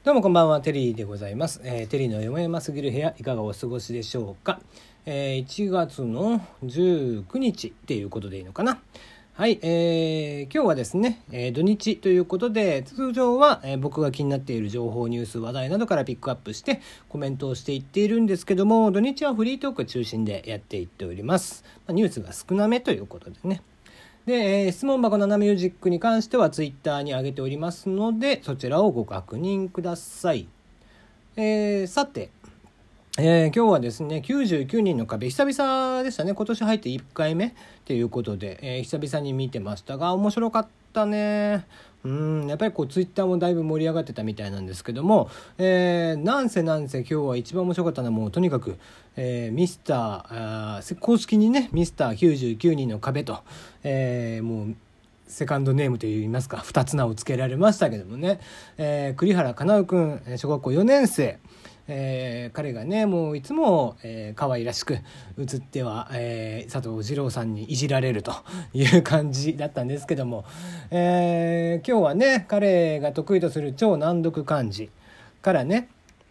どうもこんばんは、テリーでございます。テリーのよもやますぎる部屋、いかがお過ごしでしょうか。1月の19日っていうことでいいのかな。はい、今日はですね、土日ということで、通常は、僕が気になっている情報、ニュース、話題などからピックアップしてコメントをしていっているんですけども、土日はフリートーク中心でやっていっております。ニュースが少なめということでね。で、質問箱7ミュージックに関してはツイッターに上げておりますので、そちらをご確認ください。さて、今日はですね、99人の壁、久々でしたね。今年入って1回目ということで、久々に見てましたが、面白かったね。やっぱりツイッターもだいぶ盛り上がってたみたいなんですけども、なんせ今日は一番面白かったのはもうとにかく、ミスター公式にね、ミスター99人の壁と、もうセカンドネームといいますか、2つ名をつけられましたけどもね、栗原かなうくん、小学校4年生、彼がねもういつも、可愛らしく映っては、佐藤二朗さんにいじられるという感じだったんですけども、今日はね彼が得意とする超難読漢字からね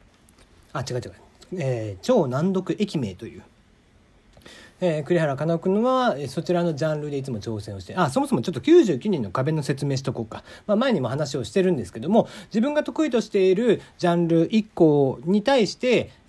超難読駅名という、栗原かなうくんはそちらのジャンルでいつも挑戦をして、そもそもちょっと99人の壁の説明しとこうか。前にも話をしてるんですけども、自分が得意としているジャンル1個に対して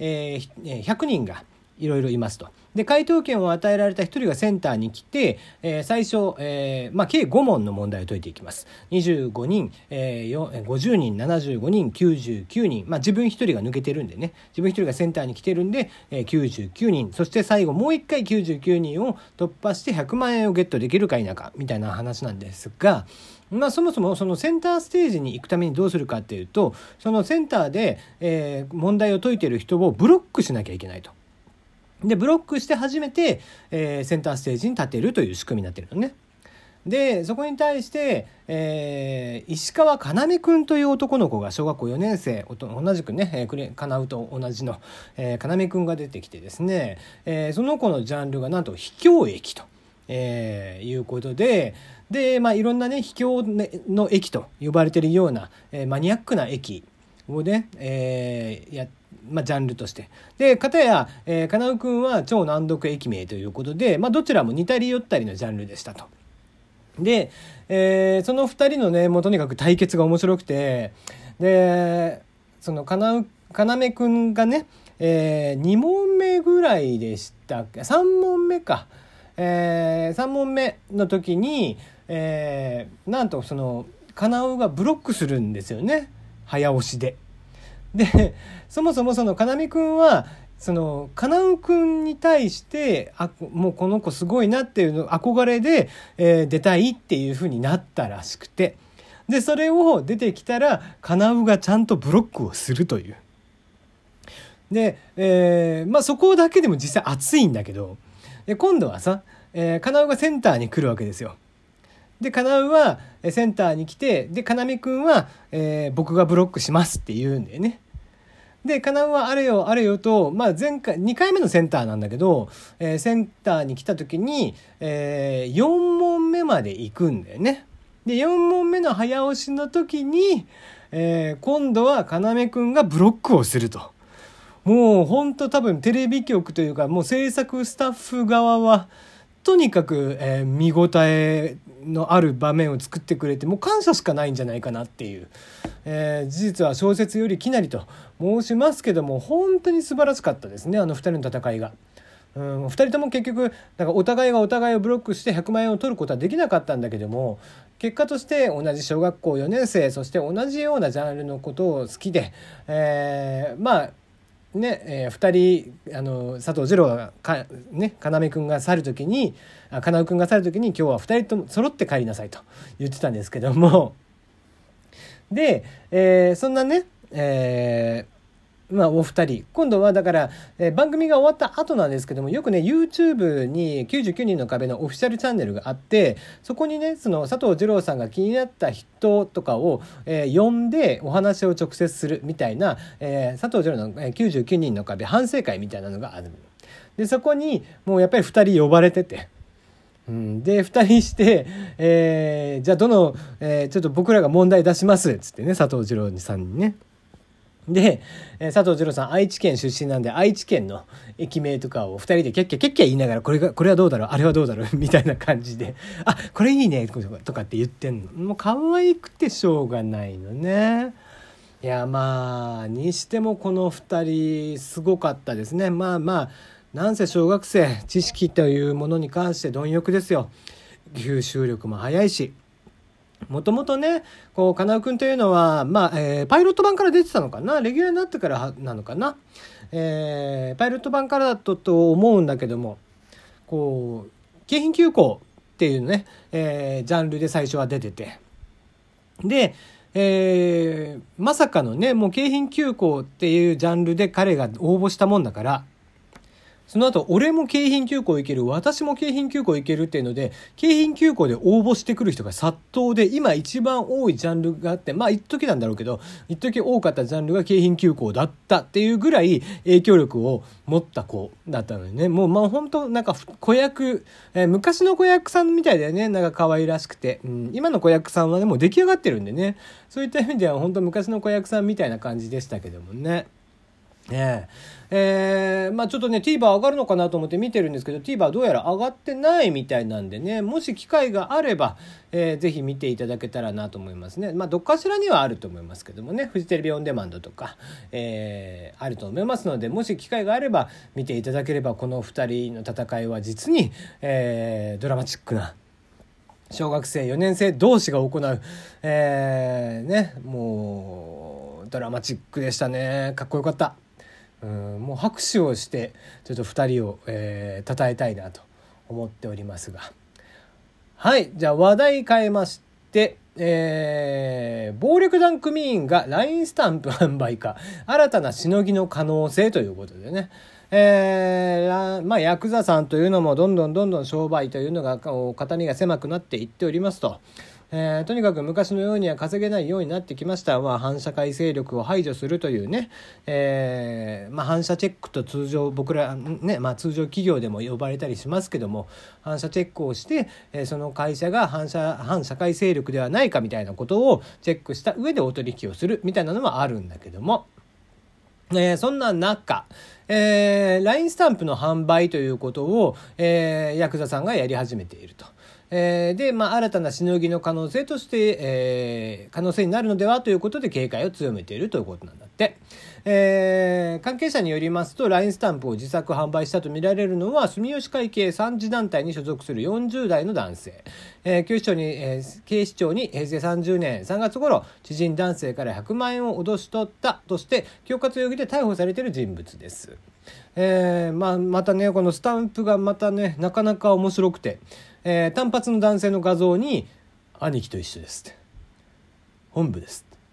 、100人がいろいろいますと。で、回答権を与えられた1人がセンターに来て、最初、計5問の問題を解いていきます。25人、50人、75人、99人。自分1人が抜けてるんでね。自分1人がセンターに来てるんで、99人。そして最後もう一回99人を突破して100万円をゲットできるか否か、みたいな話なんですが、そもそもそのセンターステージに行くためにどうするかっていうと、そのセンターで、問題を解いている人をブロックしなきゃいけないと。でブロックして初めて、センターステージに立てるという仕組みになってるのね。でそこに対して、石川かなめくんという男の子が小学校4年生、同じくね、かなうと同じの、かなめくんが出てきてですね、その子のジャンルがなんと秘境駅と、いうことで、いろんなね秘境の駅と呼ばれているような、マニアックな駅をね、ジャンルとしてで、片や、かなうくんは超難読駅名ということで、どちらも似たり寄ったりのジャンルでしたと。で、その2人のねもうとにかく対決が面白くて、でそのかなめくんがね、2問目ぐらいでしたっけ、3問目か、3問目の時に、なんとそのかなうがブロックするんですよね、早押しで。でそもそもそのかなみくんはそのかなうくんに対してもうこの子すごいなっていうの憧れで、出たいっていう風になったらしくて、でそれを出てきたらかなうがちゃんとブロックをするという。で、そこだけでも実際熱いんだけど、で今度はさ、かなうがセンターに来るわけですよ。でかなうはセンターに来て、でかなみくんは、僕がブロックしますって言うんだよね。でかなうはあれよと、前回2回目のセンターなんだけど、センターに来た時に、4問目まで行くんだよね。で4問目の早押しの時に、今度はかなめくんがブロックをすると。もうほんと多分テレビ局というかもう制作スタッフ側はとにかく、見応えのある場面を作ってくれて、もう感謝しかないんじゃないかなっていう、事実は小説よりきなりと申しますけども、本当に素晴らしかったですね、あの2人の戦いが。2人とも結局なんかお互いがお互いをブロックして100万円を取ることはできなかったんだけども、結果として同じ小学校4年生、そして同じようなジャンルのことを好きで、2人佐藤二朗がかなめくんが去る時にかなうくんが去る時に今日は2人とも揃って帰りなさいと言ってたんですけども、で、そんなね、お二人今度はだから、番組が終わった後なんですけども、よくね YouTube に99人の壁のオフィシャルチャンネルがあって、そこにねその佐藤二朗さんが気になった人とかを、呼んでお話を直接するみたいな、佐藤二朗の99人の壁反省会みたいなのがある。でそこにもうやっぱり2人呼ばれてて、で2人して、じゃあちょっと僕らが問題出しますっつってね、佐藤二朗さんにねで、佐藤二郎さん愛知県出身なんで、愛知県の駅名とかを2人でキャッキャキャッキャ言いながら、これはどうだろう、あれはどうだろうみたいな感じで、あ、これいいねとかって言ってんの。もう可愛くてしょうがないのね。いや、まあにしてもこの2人すごかったですね。まあなんせ小学生、知識というものに関して貪欲ですよ。吸収力も早いし、もともとね、こう金尾くんというのは、パイロット版から出てたのかな、レギュラーになってからなのかな、パイロット版からだったと思うんだけども、こう京浜急行っていうね、ジャンルで最初は出てて、で、まさかのね、もう京浜急行っていうジャンルで彼が応募したもんだから、その後俺も京浜急行行ける、私も京浜急行行けるっていうので、京浜急行で応募してくる人が殺到で、今一番多いジャンルがあって、一時なんだろうけど、一時多かったジャンルが京浜急行だったっていうぐらい影響力を持った子だったのにね。もう本当なんか子役、昔の子役さんみたいだよね。なんか可愛らしくて、今の子役さんはねもう出来上がってるんでね、そういった意味では本当昔の子役さんみたいな感じでしたけどもね。ちょっとね TVer 上がるのかなと思って見てるんですけど、 TVer どうやら上がってないみたいなんでね、もし機会があれば、ぜひ見ていただけたらなと思いますね。どっかしらにはあると思いますけどもね、フジテレビオンデマンドとか、あると思いますので、もし機会があれば見ていただければ、この2人の戦いは実に、ドラマチックな小学生4年生同士が行う、もうドラマチックでしたね。かっこよかった。もう拍手をしてちょっと2人を、称えたいなと思っておりますが、はい、じゃあ話題変えまして、暴力団組員が LINE スタンプ販売か、新たなしのぎの可能性ということでね、ヤクザさんというのもどんどん商売というのが肩身が狭くなっていっておりますと、とにかく昔のようには稼げないようになってきました。反社会勢力を排除するというね、反社チェックと通常僕らね、通常企業でも呼ばれたりしますけども、反社チェックをして、その会社が反社会勢力ではないかみたいなことをチェックした上でお取引をするみたいなのもあるんだけども、そんな中、LINE スタンプの販売ということを、ヤクザさんがやり始めていると。で、新たなしのぎの可能性として、可能性になるのではということで警戒を強めているということなんだって。関係者によりますと LINE スタンプを自作販売したとみられるのは住吉会系3次団体に所属する40代の男性、警視庁に平成30年3月頃知人男性から100万円を脅し取ったとして恐喝容疑で逮捕されている人物です。またねこのスタンプがまたねなかなか面白くて、単発の男性の画像に兄貴と一緒ですって、本部ですって、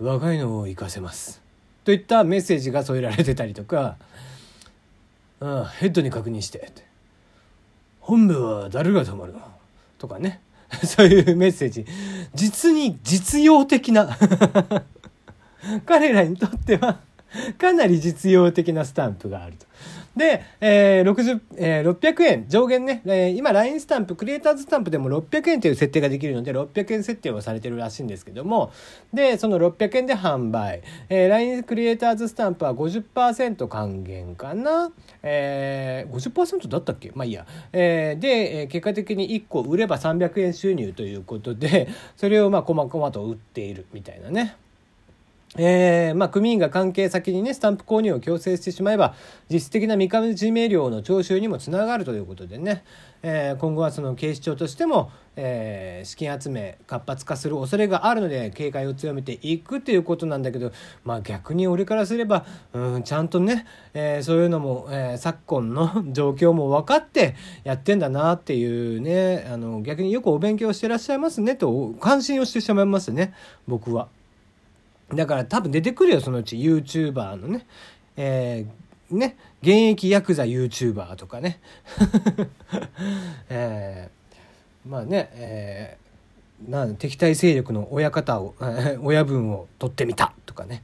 若いのを生かせますといったメッセージが添えられてたりとか、ヘッドに確認して本部は誰が泊まるのとかねそういうメッセージ、実に実用的な彼らにとってはかなり実用的なスタンプがあると。で、600円上限ね、今 LINE スタンプクリエイターズスタンプでも600円という設定ができるので600円設定をされてるらしいんですけども、でその600円で販売、LINE クリエイターズスタンプは 50% 還元かな、50% だったっけ、いいや、で結果的に1個売れば300円収入ということで、それを細々と売っているみたいなね。組員が関係先にねスタンプ購入を強制してしまえば実質的なみかじめ料の徴収にもつながるということでね、今後はその警視庁としても、資金集め活発化する恐れがあるので警戒を強めていくということなんだけど、逆に俺からすればちゃんとね、そういうのも、昨今の状況も分かってやってんだなっていうね、逆によくお勉強してらっしゃいますねと感心をしてしまいますね、僕は。だから多分出てくるよそのうち YouTuber のね、現役ヤクザ YouTuber とかね敵対勢力の親方を親分を取ってみたとかね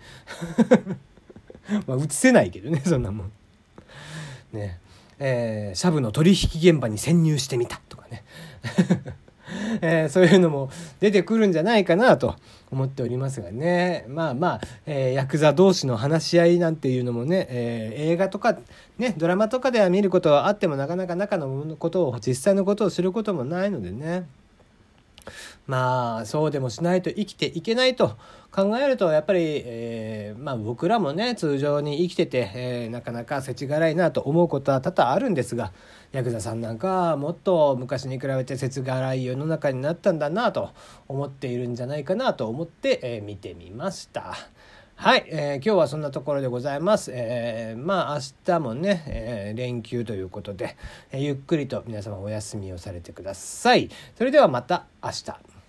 映せないけどねそんなもんね、シャブの取引現場に潜入してみたとかねそういうのも出てくるんじゃないかなと思っておりますがね。ヤクザ同士の話し合いなんていうのもね、映画とかね、ドラマとかでは見ることはあっても、なかなか中のことを、実際のことを知ることもないのでね。そうでもしないと生きていけないと考えると、やっぱり、僕らもね通常に生きてて、なかなか世知辛いなと思うことは多々あるんですが、ヤクザさんなんかはもっと昔に比べて世知辛い世の中になったんだなと思っているんじゃないかなと思って、見てみました。はい、今日はそんなところでございます。明日もね、連休ということで、ゆっくりと皆様お休みをされてください。それではまた明日。